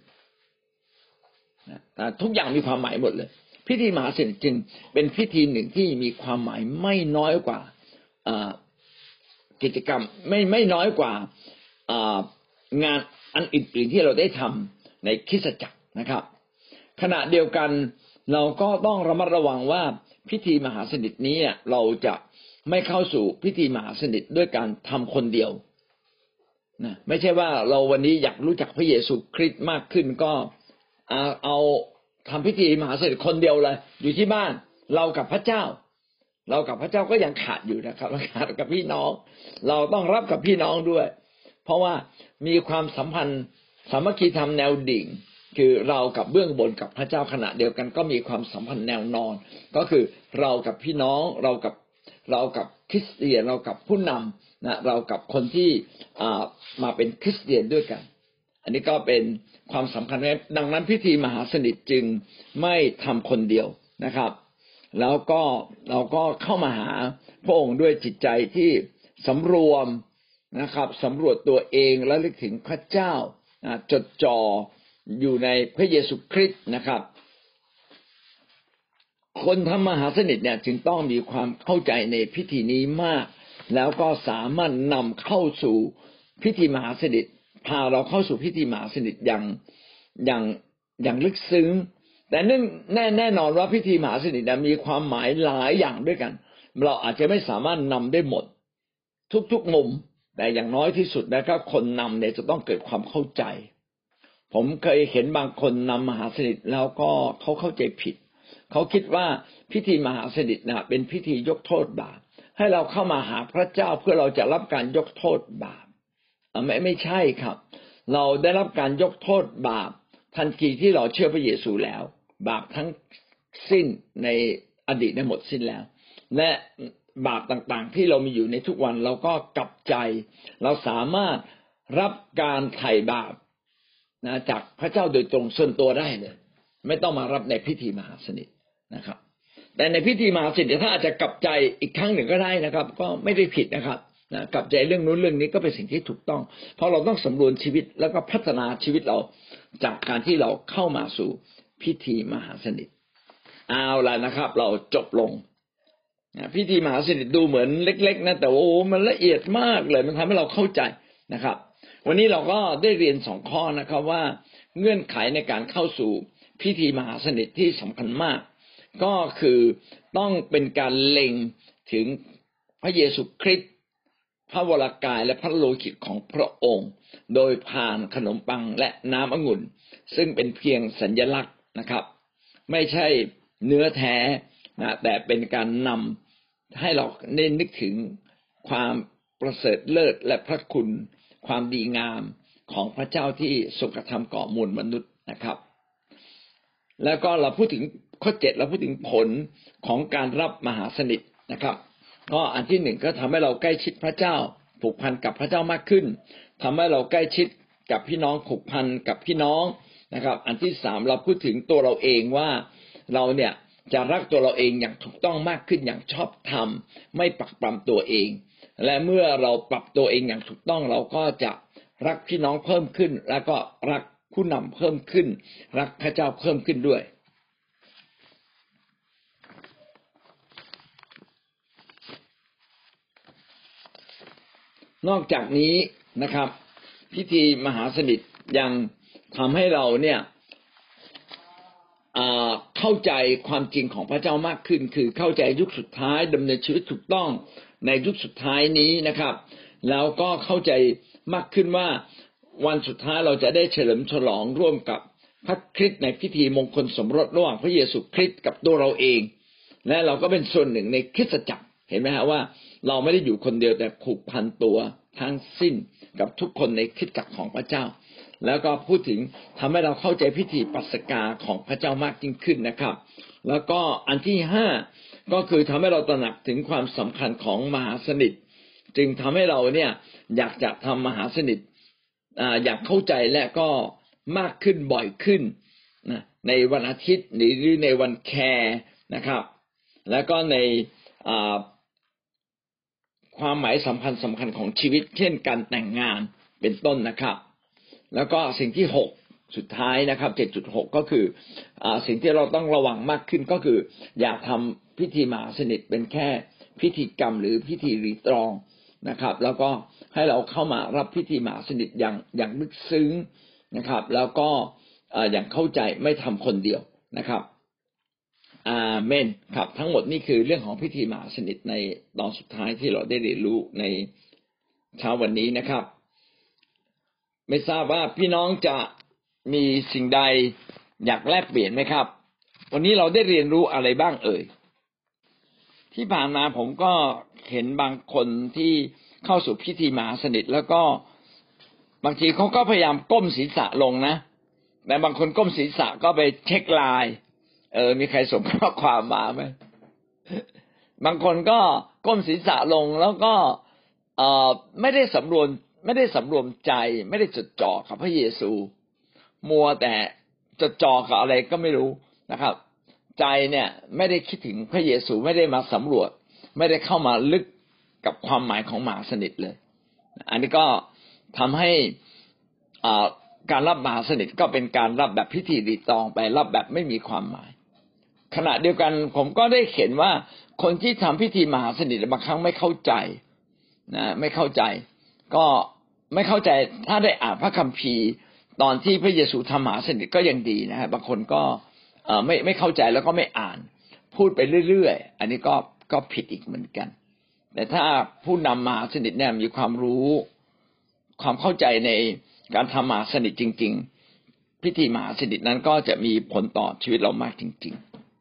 ทุกอย่างมีความหมายหมดเลยพิธีมหาสนิทจึงเป็นพิธีหนึ่งที่มีความหมายไม่น้อยกว่ากิจกรรมไม่น้อยกว่างานอันอื่นๆที่เราได้ทำในคริสตจักรนะครับขณะเดียวกันเราก็ต้องระมัดระวังว่าพิธีมหาสนิทนี้เราจะไม่เข้าสู่พิธีมหาสนิทด้วยการทำคนเดียวนะไม่ใช่ว่าเราวันนี้อยากรู้จักพระเยซูคริสต์มากขึ้นก็เอาทำพิธีมหาสนิทคนเดียวเลยอยู่ที่บ้านเรากับพระเจ้าก็ยังขาดอยู่นะครับขาดกับพี่น้องเราต้องรับกับพี่น้องด้วยเพราะว่ามีความสัมพันธ์สามัคคีธรรมแนวดิ่งคือเรากับเบื้องบนกับพระเจ้าขณะเดียวกันก็มีความสัมพันธ์แนวนอนก็คือเรากับพี่น้องเรากับคริสเตียนเรากับผู้นำนะเรากับคนที่มาเป็นคริสเตียนด้วยกันอันนี้ก็เป็นความสำคัญดังนั้นพิธีมหาสนิทจึงไม่ทำคนเดียวนะครับแล้วก็เราก็เข้ามาหาพระองค์ด้วยจิตใจที่สำรวมนะครับสำรวจตัวเองและลึกถึงพระเจ้าจดจ่ออยู่ในพระเยซูคริสต์นะครับคนทำมหาสนิทเนี่ยจึงต้องมีความเข้าใจในพิธีนี้มากแล้วก็สามารถนำเข้าสู่พิธีมหาสนิทพาเราเข้าสู่พิธีมหาสนิทอย่างลึกซึ้งแต่แน่นอนว่าพิธีมหาสนิทมีความหมายหลายอย่างด้วยกันเราอาจจะไม่สามารถนำได้หมดทุกมุมแต่อย่างน้อยที่สุดนะครับคนนำเนี่ยจะต้องเกิดความเข้าใจผมเคยเห็นบางคนนำมหาสนิทแล้วก็เขาเข้าใจผิดเขาคิดว่าพิธีมหาสนิทนะเป็นพิธียกโทษบาปให้เราเข้ามาหาพระเจ้าเพื่อเราจะรับการยกโทษบาปไม่ใช่ครับเราได้รับการยกโทษบาปทันทีที่เราเชื่อพระเยซูแล้วบาปทั้งสิ้นในอดีตได้หมดสิ้นแล้วและบาปต่างๆที่เรามีอยู่ในทุกวันเราก็กลับใจเราสามารถรับการไถ่บาปจากพระเจ้าโดยตรงส่วนตัวได้เลยไม่ต้องมารับในพิธีมหาสนิทนะครับแต่ในพิธีมหาสนิทถ้าอาจจะกลับใจอีกครั้งหนึ่งก็ได้นะครับก็ไม่ได้ผิดนะครับกลับใจเรื่องนู้นเรื่องนี้ก็เป็นสิ่งที่ถูกต้องเพราะเราต้องสำรวจชีวิตแล้วก็พัฒนาชีวิตเราจากการที่เราเข้ามาสู่พิธีมหาสนิทเอาล่ะนะครับเราจบลงพิธีมหาสนิทดูเหมือนเล็กๆนะแต่ว่ามันละเอียดมากเลยมันทำให้เราเข้าใจนะครับวันนี้เราก็ได้เรียน2ข้อนะครับว่าเงื่อนไขในการเข้าสู่พิธีมหาสนิทที่สำคัญมากก็คือต้องเป็นการเล็งถึงพระเยซูคริสต์พระวรกายและพระโลหิตของพระองค์โดยผ่านขนมปังและน้ำองุ่นซึ่งเป็นเพียงสัญลักษณ์นะครับไม่ใช่เนื้อแท้นะแต่เป็นการนำให้เราเน้นนึกถึงความประเสริฐเลิศและพระคุณความดีงามของพระเจ้าที่ทรงกระทำก่อมวลมนุษย์นะครับแล้วก็เราพูดถึงข้อ7เราพูดถึงผลของการรับมหาสนิทนะครับก็อันที่1ก็ทำให้เราใกล้ชิดพระเจ้าผูกพันกับพระเจ้ามากขึ้นทำให้เราใกล้ชิดกับพี่น้องผูกพันกับพี่น้องนะครับอันที่3เราพูดถึงตัวเราเองว่าเราเนี่ยจะรักตัวเราเองอย่างถูกต้องมากขึ้นอย่างชอบธรรมไม่ปักปรำตัวเองและเมื่อเราปรับตัวเองอย่างถูกต้องเราก็จะรักพี่น้องเพิ่มขึ้นแล้วก็รักผู้นำเพิ่มขึ้นรักพระเจ้าเพิ่มขึ้นด้วยนอกจากนี้นะครับพิธีมหาสนิทยังทำให้เราเนี่ยเข้าใจความจริงของพระเจ้ามากขึ้นคือเข้าใจยุคสุดท้ายดำเนินชีวิตถูกต้องในยุคสุดท้ายนี้นะครับแล้วก็เข้าใจมากขึ้นว่าวันสุดท้ายเราจะได้เฉลิมฉลองร่วมกับพระคริสต์ในพิธีมงคลสมรสระหว่างพระเยซูคริสต์กับตัวเราเองและเราก็เป็นส่วนหนึ่งในคริสตจักรเห็นไหมฮะว่าเราไม่ได้อยู่คนเดียวแต่ผูกพันตัวทั้งสิ้นกับทุกคนในคริสตจักรของพระเจ้าแล้วก็พูดถึงทำให้เราเข้าใจพิธีปัสกาของพระเจ้ามากยิ่งขึ้นนะครับแล้วก็อันที่5ก็คือทำให้เราตระหนักถึงความสำคัญของมหาสนิทจึงทำให้เราเนี่ยอยากจะทำมหาสนิทอยากเข้าใจและก็มากขึ้นบ่อยขึ้นในวันอาทิตย์หรือในวันแคร์นะครับแล้วก็ในความหมายสำคัญของชีวิตเช่นการแต่งงานเป็นต้นนะครับแล้วก็สิ่งที่6สุดท้ายนะครับ 7.6 ก็คือสิ่งที่เราต้องระวังมากขึ้นก็คืออย่าทำพิธีมหาสนิทเป็นแค่พิธีกรรมหรือพิธีรีตรองนะครับแล้วก็ให้เราเข้ามารับพิธีมหาสนิทอย่างลึกซึ้งนะครับแล้วก็อย่างเข้าใจไม่ทำคนเดียวนะครับอาเมนครับทั้งหมดนี่คือเรื่องของพิธีมหาสนิทในตอนสุดท้ายที่เราได้เรียนรู้ในเช้าวันนี้นะครับไม่ทราบว่าพี่น้องจะมีสิ่งใดอยากแลกเปลี่ยนไหมครับวันนี้เราได้เรียนรู้อะไรบ้างเอ่ยที่ผ่านมาผมก็เห็นบางคนที่เข้าสู่พิธีมหาสนิทแล้วก็บางทีเขาก็พยายามก้มศีรษะลงนะแต่บางคนก้มศีรษะก็ไปเช็คไลน์มีใครส่งข้อความมาไหมบางคนก็ก้มศีรษะลงแล้วก็ไม่ได้สำรวมใจไม่ได้จดจ่อกับพระเยซูมัวแต่จดจ่อกับอะไรก็ไม่รู้นะครับใจเนี่ยไม่ได้คิดถึงพระเยซูไม่ได้มาสำรวจไม่ได้เข้ามาลึกกับความหมายของมหาสนิทเลยอันนี้ก็ทำให้การรับมหาสนิทก็เป็นการรับแบบพิธีรีตองไปรับแบบไม่มีความหมายขณะเดียวกันผมก็ได้เห็นว่าคนที่ทำพิธีมหาสนิทบางครั้งไม่เข้าใจนะไม่เข้าใจก็ไม่เข้าใจถ้าได้อ่านพระคัมภีร์ตอนที่พระเยซูทำมหาสนิทก็ยังดีนะฮะบางคนก็ไม่เข้าใจแล้วก็ไม่อ่านพูดไปเรื่อยๆอันนี้ก็ผิดอีกเหมือนกันแต่ถ้าผู้นำมหาสนิทเนี่ยมีความรู้ความเข้าใจในการทำมหาสนิทจริงๆพิธีมหาสนิทนั้นก็จะมีผลต่อชีวิตเรามากจริง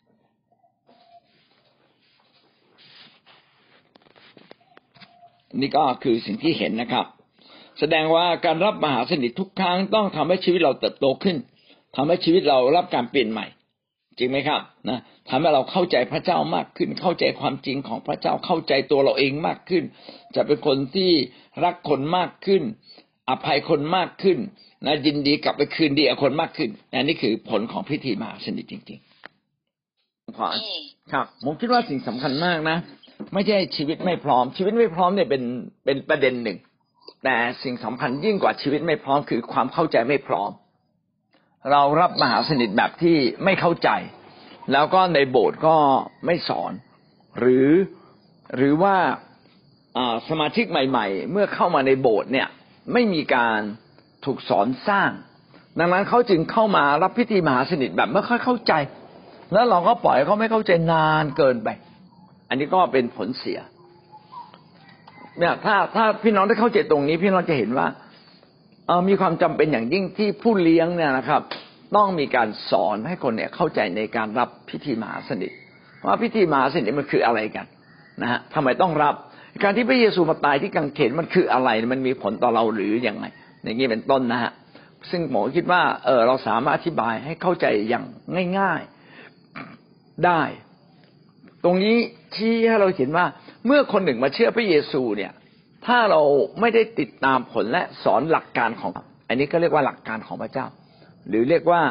ๆนี่ก็คือสิ่งที่เห็นนะครับแสดงว่าการรับมหาสนิททุกครั้งต้องทำให้ชีวิตเราเติบโตขึ้นทำให้ชีวิตเรารับการเปลี่ยนใหม่จริงไหมครับนะทำให้เราเข้าใจพระเจ้ามากขึ้นเข้าใจความจริงของพระเจ้าเข้าใจตัวเราเองมากขึ้นจะเป็นคนที่รักคนมากขึ้นอภัยคนมากขึ้นนะยินดีกลับไปคืนดีกับคนมากขึ้นนี่คือผลของพิธีมหาสนิทจริงๆครับผมคิดว่าสิ่งสำคัญมากนะไม่ใช่ชีวิตไม่พร้อมชีวิตไม่พร้อมเนี่ยเป็นประเด็นหนึ่งแต่สิ่งสำคัญยิ่งกว่าชีวิตไม่พร้อมคือความเข้าใจไม่พร้อมเรารับมหาสนิทแบบที่ไม่เข้าใจแล้วก็ในโบสถ์ก็ไม่สอนหรือว่าสมาชิกใหม่ๆเมื่อเข้ามาในโบสถ์เนี่ยไม่มีการถูกสอนสร้างดังนั้นเขาจึงเข้ามารับพิธีมหาสนิทแบบไม่ค่อยเข้าใจแล้วเราก็ปล่อยเขาไม่เข้าใจนานเกินไปอันนี้ก็เป็นผลเสียเนี่ยถ้าพี่น้องได้เข้าใจตรงนี้พี่น้องจะเห็นว่ามีความจำเป็นอย่างยิ่งที่ผู้เลี้ยงเนี่ยนะครับต้องมีการสอนให้คนเนี่ยเข้าใจในการรับพิธีมหาสนิทว่าพิธีมหาสนิทมันคืออะไรกันนะฮะทำไมต้องรับการที่พระเยซูมาตายที่กางเขนมันคืออะไรมันมีผลต่อเราหรือยังไงอย่างนี้เป็นต้นนะฮะซึ่งหมอคิดว่าเราสามารถอธิบายให้เข้าใจอย่างง่ายๆได้ตรงนี้ชี้ให้เราเห็นว่าเมื่อคนหนึ่งมาเชื่อพระเยซูเนี่ยถ้าเราไม่ได้ติดตามผลและสอนหลักการของอันนี้ก็เรียกว่าหลักการของพระเจ้าหรือเรียกว่า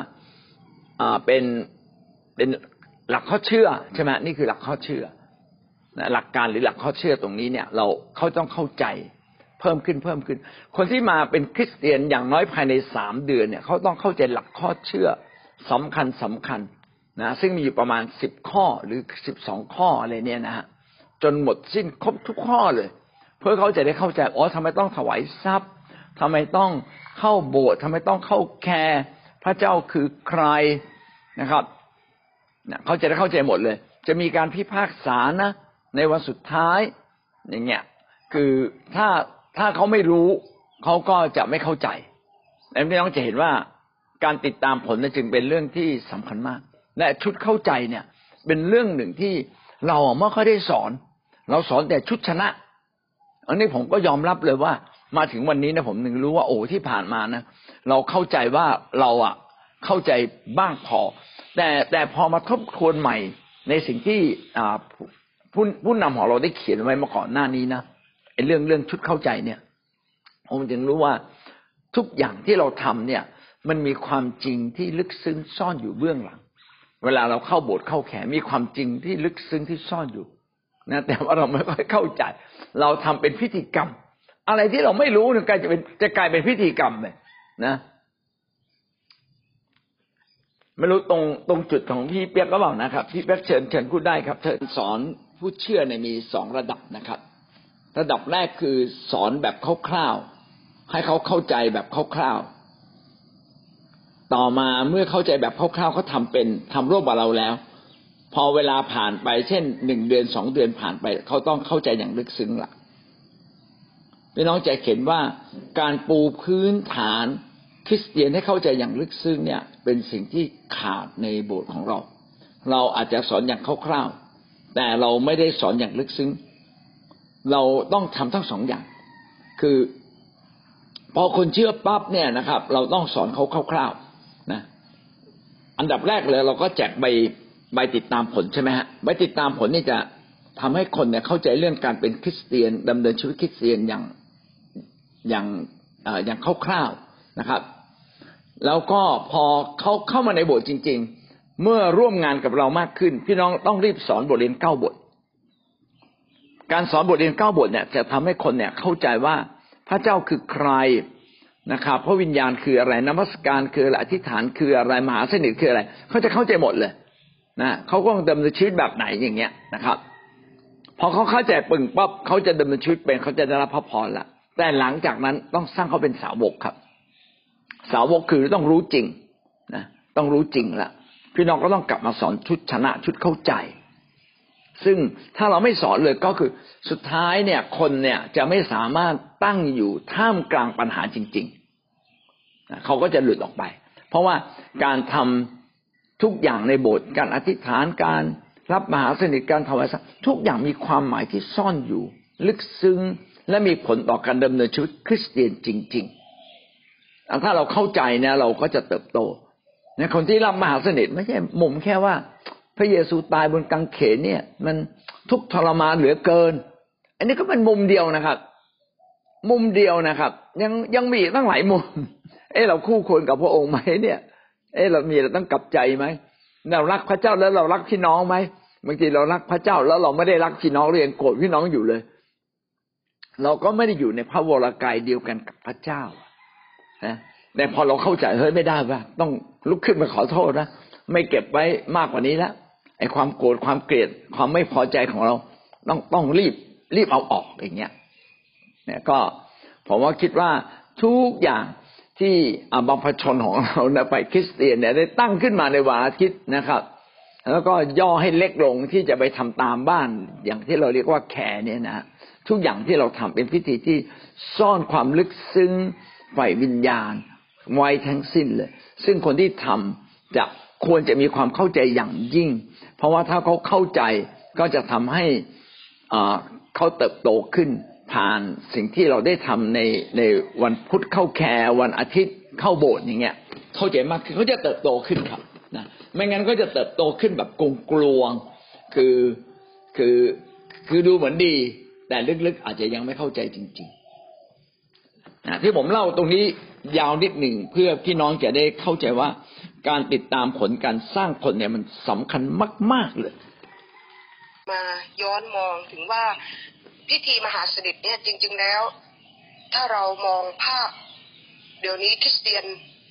เป็นหลักข้อเชื่อใช่ไหมนี่คือหลักข้อเชื่อหลักการหรือหลักข้อเชื่อตรงนี้เนี่ยเขาต้องเข้าใจเพิ่มขึ้นคนที่มาเป็นคริสเตียนอย่างน้อยภายใน3 เดือนเนี่ยเขาต้องเข้าใจหลักข้อเชื่อสำคัญนะซึ่งมีอยู่ประมาณ10 ข้อหรือ12 ข้ออะไรเนี่ยนะฮะจนหมดสิ้นครบทุกข้อเลยเพื่อเขาจะได้เข้าใจทำไมต้องถวายทรัพย์ทำไมต้องเข้าโบสถ์ทำไมต้องเข้าแคร์พระเจ้าคือใครนะครับเขาจะได้เข้าใจหมดเลยจะมีการพิพากษานะในวันสุดท้ายอย่างเงี้ยคือถ้าเขาไม่รู้เขาก็จะไม่เข้าใจแล้วพี่น้องจะเห็นว่าการติดตามผลจึงเป็นเรื่องที่สำคัญมากและชุดเข้าใจเนี่ยเป็นเรื่องหนึ่งที่เราไม่ค่อยได้สอนเราสอนแต่ชุดชนะอันนี้ผมก็ยอมรับเลยว่ามาถึงวันนี้นะผมถึงรู้ว่าที่ผ่านมานะเราเข้าใจว่าเราเข้าใจบ้างพอแต่พอมาทบทวนใหม่ในสิ่งที่ผู้นำของเราได้เขียนไว้มาก่อนหน้านี้นะไอ้เรื่องชุดเข้าใจเนี่ยผมจึงรู้ว่าทุกอย่างที่เราทำเนี่ยมันมีความจริงที่ลึกซึ้งซ่อนอยู่เบื้องหลังเวลาเราเข้าโบสถ์เข้าแขมีความจริงที่ลึกซึ้งที่ซ่อนอยู่นะแต่ว่าเราไม่ค่อยเข้าใจเราทำเป็นพิธีกรรมอะไรที่เราไม่รู้เนี่ยจะกลายเป็นพิธีกรรมเลยนะไม่รู้ตรงจุดของพี่เปียกก็บอกนะครับพี่เปียกเชิญพูดได้ครับเชิญสอนผู้เชื่อในมี2 ระดับนะครับระดับแรกคือสอนแบบคร่าวๆให้เขาเข้าใจแบบคร่าวๆต่อมาเมื่อเข้าใจแบบคร่าวๆเขาทำร่วมกับเราแล้วพอเวลาผ่านไปเช่น1 เดือน2 เดือนผ่านไปเขาต้องเข้าใจอย่างลึกซึ้งละพี่น้องจะเห็นว่าการปูพื้นฐานคริสเตียนให้เข้าใจอย่างลึกซึ้งเนี่ยเป็นสิ่งที่ขาดในโบสถ์ของเราอาจจะสอนอย่างคร่าวๆแต่เราไม่ได้สอนอย่างลึกซึ้งเราต้องทำทั้ง2 อย่างคือพอคนเชื่อปั๊บเนี่ยนะครับเราต้องสอนเขาคร่าวๆนะอันดับแรกเลยเราก็แจกใบติดตามผลใช่ไหมฮะใบติดตามผลนี่จะทำให้คนเนี่ยเข้าใจเรื่องการเป็นคริสเตียนดำเนินชีวิตคริสเตียนอย่างคร่าวๆนะครับแล้วก็พอเขาเข้ามาในโบสถ์จริงๆเมื่อร่วมงานกับเรามากขึ้นพี่น้องต้องรีบสอนบทเรียน9 บทการสอนบทเรียน9 บทเนี่ยจะทำให้คนเนี่ยเข้าใจว่าพระเจ้าคือใครนะครับพระวิญญาณคืออะไรนมัสการคืออะไรอธิษฐานคืออะไรมหาสนิทคืออะไรเขาจะเข้าใจหมดเลยนะเขาก็ดำเนินชีวิตแบบไหนอย่างเงี้ยนะครับพอเขาเข้าใจปึ่งปั๊บเขาจะดำเนินชีวิตเป็นเขาจะได้รับพระพรละแต่หลังจากนั้นต้องสร้างเขาเป็นสาวกครับสาวกคือต้องรู้จริงนะต้องรู้จริงละพี่น้องก็ต้องกลับมาสอนชุดชนะชุดเข้าใจซึ่งถ้าเราไม่สอนเลยก็คือสุดท้ายเนี่ยคนเนี่ยจะไม่สามารถตั้งอยู่ท่ามกลางปัญหาจริงๆเขาก็จะหลุดออกไปเพราะว่าการทำทุกอย่างในโบสถ์การอธิษฐานการรับมหาสนิทการถวายสัตว์ทุกอย่างมีความหมายที่ซ่อนอยู่ลึกซึ้งและมีผลต่อการดำเนินชีวิตคริสเตียนจริงๆถ้าเราเข้าใจเนี่ยเราก็จะเติบโตในคนที่รับมหาสนิทไม่ใช่มุมแค่ว่าพระเยซูตายบนกางเขนเนี่ยมันทุกข์ทรมานเหลือเกินอันนี้ก็เป็นมุมเดียวนะครับมุมเดียวนะครับยังมีตั้งหลายมุมเราคู่ควรกับพระองค์ไหมเนี่ยเราต้องกลับใจไหมเรารักพระเจ้าแล้วเรารักพี่น้องไหมบางทีเรารักพระเจ้าแล้วเราไม่ได้รักพี่น้องเรายังโกรธพี่น้องอยู่เลยเราก็ไม่ได้อยู่ในพระวรกายเดียวกันกับพระเจ้านะแต่พอเราเข้าใจเฮ้ยไม่ได้ว่าต้องลุกขึ้นมาขอโทษนะไม่เก็บไว้มากกว่านี้แล้วไอ้ความโกรธความเกลียดความไม่พอใจของเราต้องรีบเอาออกอย่างเงี้ยเนี่ยก็ผมว่าคิดว่าทุกอย่างที่บรรพชนของเราในฝ่ายคริสเตียนเนี่ยได้ตั้งขึ้นมาในวันอาทิตย์นะครับแล้วก็ย่อให้เล็กลงที่จะไปทำตามบ้านอย่างที่เราเรียกว่าแคร์เนี่ยนะทุกอย่างที่เราทำเป็นพิธีที่ซ่อนความลึกซึ้งฝ่ายวิญญาณไว้ทั้งสิ้นเลยซึ่งคนที่ทำจะควรจะมีความเข้าใจอย่างยิ่งเพราะว่าถ้าเขาเข้าใจก็จะทำให้เขาเติบโตขึ้นผ่านสิ่งที่เราได้ทำในวันพุธเข้าแคร์วันอาทิตย์เข้าโบสถ์อย่างเงี้ยเข้าใจมากคือเขาจะเติบโตขึ้นครับนะไม่งั้นก็จะเติบโตขึ้นแบบกลวงๆคือดูเหมือนดีแต่ลึกๆอาจจะยังไม่เข้าใจจริงๆที่ผมเล่าตรงนี้ยาวนิดหนึ่งเพื่อพี่น้องจะได้เข้าใจว่าการติดตามผลการสร้างคนเนี่ยมันสำคัญมากๆเลยมาย้อนมองถึงว่าพิธีมหาสนิทเนี่ยจริงๆแล้วถ้าเรามองภาพเดี๋ยวนี้คริสเตียน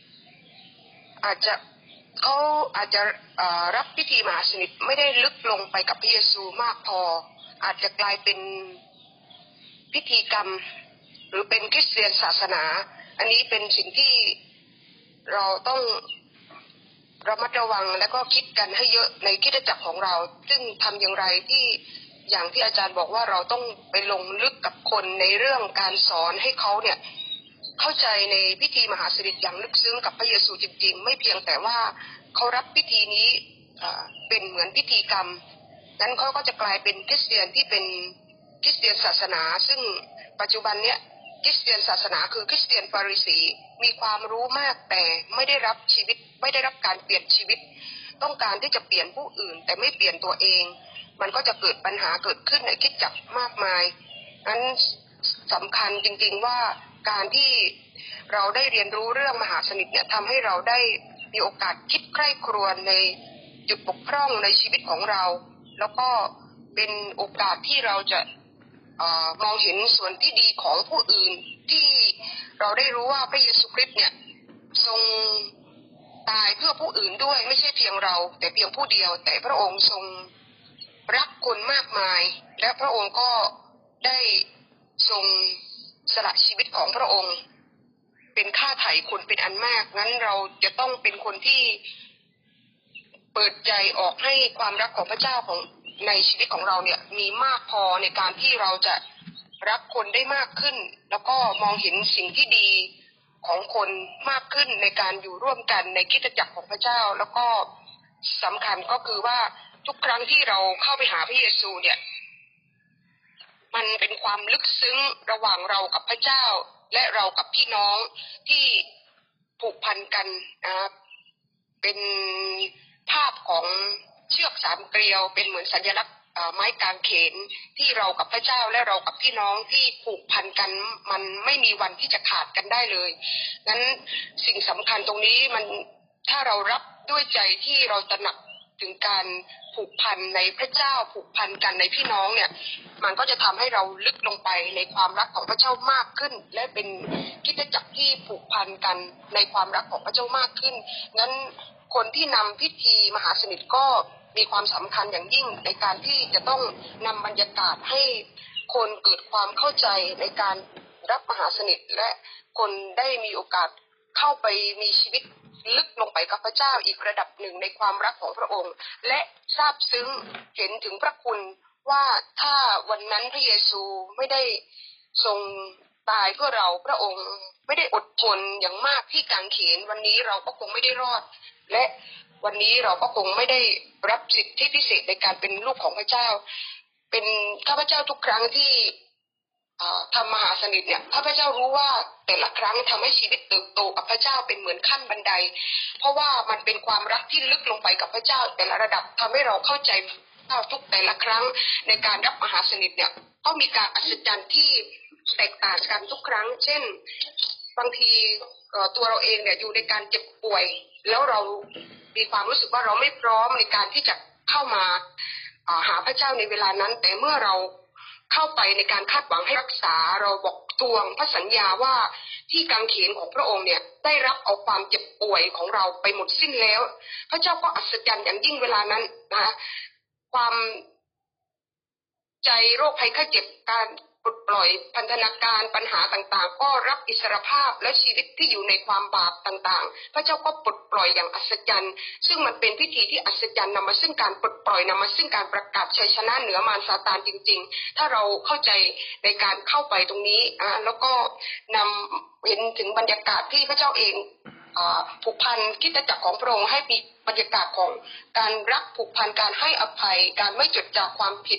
เขาอาจจะรับพิธีมหาสนิทไม่ได้ลึกลงไปกับพระเยซูมากพออาจจะกลายเป็นพิธีกรรมหรือเป็นคริสเตียนศาสนาอันนี้เป็นสิ่งที่เราต้องระมัดระวังและก็คิดกันให้เยอะในคริสตจักรของเราซึ่งทำอย่างไรที่อย่างที่อาจารย์บอกว่าเราต้องไปลงลึกกับคนในเรื่องการสอนให้เขาเนี่ยเข้าใจในพิธีมหาสนิทอย่างลึกซึ้งกับพระเยซูจริงๆไม่เพียงแต่ว่าเขารับพิธีนี้เป็นเหมือนพิธีกรรมนั้นเขาก็จะกลายเป็นคริสเตียนที่เป็นคริสเตียนศาสนาซึ่งปัจจุบันเนี้ยคริสเตียนศาสนาคือคริสเตียนฟาริสีมีความรู้มากแต่ไม่ได้รับชีวิตไม่ได้รับการเปลี่ยนชีวิตต้องการที่จะเปลี่ยนผู้อื่นแต่ไม่เปลี่ยนตัวเองมันก็จะเกิดปัญหาเกิดขึ้นในคริสตจักรมากมายนั้นสำคัญจริงๆว่าการที่เราได้เรียนรู้เรื่องมหาสนิทเนี่ยทำให้เราได้มีโอกาสคิดใคร่ครวญในจุดบกพร่องในชีวิตของเราแล้วก็เป็นโอกาสที่เราจะมองเห็นส่วนที่ดีของผู้อื่นที่เราได้รู้ว่าพระเยซูคริสต์เนี่ยทรงตายเพื่อผู้อื่นด้วยไม่ใช่เพียงเราแต่เพียงผู้เดียวแต่พระองค์ทรงรักคนมากมายและพระองค์ก็ได้ทรงสละชีวิตของพระองค์เป็นค่าไถ่คนเป็นอันมากงั้นเราจะต้องเป็นคนที่เปิดใจออกให้ความรักของพระเจ้าของในชีวิตของเราเนี่ยมีมากพอในการที่เราจะรักคนได้มากขึ้นแล้วก็มองเห็นสิ่งที่ดีของคนมากขึ้นในการอยู่ร่วมกันในคริสตจักรของพระเจ้าแล้วก็สำคัญก็คือว่าทุกครั้งที่เราเข้าไปหาพระเยซูเนี่ยมันเป็นความลึกซึ้งระหว่างเรากับพระเจ้าและเรากับพี่น้องที่ผูกพันกันเป็นภาพของเชือกสามเกลียวเป็นเหมือนสัญลักษณ์ไม้กางเขนที่เรากับพระเจ้าและเรากับพี่น้องที่ผูกพันกันมันไม่มีวันที่จะขาดกันได้เลยนั้นสิ่งสำคัญตรงนี้มันถ้าเรารับด้วยใจที่เราตระหนักถึงการผูกพันในพระเจ้าผูกพันกันในพี่น้องเนี่ยมันก็จะทำให้เราลึกลงไปในความรักของพระเจ้ามากขึ้นและเป็นคริสตจักรที่ผูกพันกันในความรักของพระเจ้ามากขึ้นงั้นคนที่นำพิธีมหาสนิทก็มีความสำคัญอย่างยิ่งในการที่จะต้องนำบรรยากาศให้คนเกิดความเข้าใจในการรับมหาสนิทและคนได้มีโอกาสเข้าไปมีชีวิตลึกลงไปกับพระเจ้าอีกระดับหนึ่งในความรักของพระองค์และซาบซึ้งเห็นถึงพระคุณว่าถ้าวันนั้นพระเยซูไม่ได้ทรงตายเพื่อเราพระองค์ไม่ได้อดทนอย่างมากที่กางเขนวันนี้เราก็คงไม่ได้รอดและวันนี้เราก็คงไม่ได้รับสิทธิพิเศษในการเป็นลูกของพระเจ้าเป็นข้าพเจ้าทุกครั้งที่ทำมหาสนิทเนี่ยข้าพเจ้ารู้ว่าแต่ละครั้งทำให้ชีวิตเติบโตกับพระเจ้าเป็นเหมือนขั้นบันไดเพราะว่ามันเป็นความรักที่ลึกลงไปกับพระเจ้าแต่ละระดับทำให้เราเข้าใจทุกแต่ละครั้งในการรับมหาสนิทเนี่ยก็มีการอัศจรรย์ที่แตกต่างกันทุกครั้งเช่นบางทีตัวเราเองเนี่ยอยู่ในการเจ็บป่วยแล้วเรามีความรู้สึกว่าเราไม่พร้อมในการที่จะเข้ามาหาพระเจ้าในเวลานั้นแต่เมื่อเราเข้าไปในการคาดหวังให้รักษาเราบอกทวงพระสัญญาว่าที่กางเขนของพระองค์เนี่ยได้รับเอาความเจ็บป่วยของเราไปหมดสิ้นแล้วพระเจ้าก็อัศจรรย์อย่างยิ่งเวลานั้นนะความใจโรคภัยไข้เจ็บการปลดปล่อยพันธนาการปัญหาต่างๆก็รับอิสรภาพและชีวิตที่อยู่ในความบาปต่างๆพระเจ้าก็ปลดปล่อยอย่างอัศจรรย์ซึ่งมันเป็นพิธีที่อัศจรรย์นำมาซึ่งการปลดปล่อยนำมาซึ่งการประกาศชัยชนะเหนือมารซาตานจริงๆถ้าเราเข้าใจในการเข้าไปตรงนี้แล้วก็นำเห็นถึงบรรยากาศที่พระเจ้าเองผูกพันคริสตจักรของพระองค์ให้มีบรรยากาศของการรักผูกพันการให้อภัยการไม่จดจ่อความผิด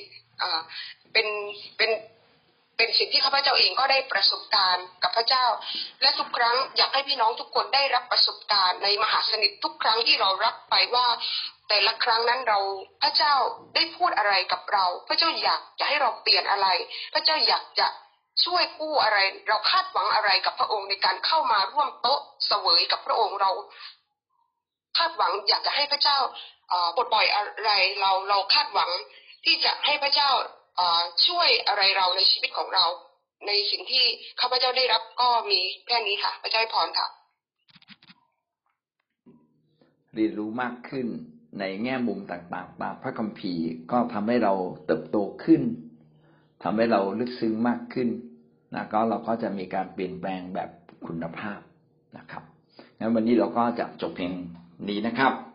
เป็นสิ่งที่ข้าพเจ้าเองก็ได้ประสบการณ์กับพระเจ้าและทุกครั้งอยากให้พี่น้องทุกคนได้รับประสบการณ์ในมหาสนิททุกครั้งที่เรารับไปว่าแต่ละครั้งนั้นเราพระเจ้าได้พูดอะไรกับเราพระเจ้าอยากจะให้เราเปลี่ยนอะไรพระเจ้าอยากจะช่วยกู้อะไรเราคาดหวังอะไรกับพระองค์ในการเข้ามาร่วมโต๊ะเสวยกับพระองค์เราคาดหวังอยากจะให้พระเจ้าปลดปล่อยอะไรเราคาดหวังที่จะให้พระเจ้าช่วยอะไรเราในชีวิตของเราในสิ่งที่ข้าพเจ้าได้รับก็มีแค่นี้ค่ะพระเจ้าให้พรค่ะเรียนรู้มากขึ้นในแง่มุมต่างๆตามพระคัมภีร์ก็ทำให้เราเติบโตขึ้นทำให้เราลึกซึ้งมากขึ้นนะก็เราก็จะมีการเปลี่ยนแปลงแบบคุณภาพนะครับงั้นวันนี้เราก็จะจบเพียงนี้นะครับ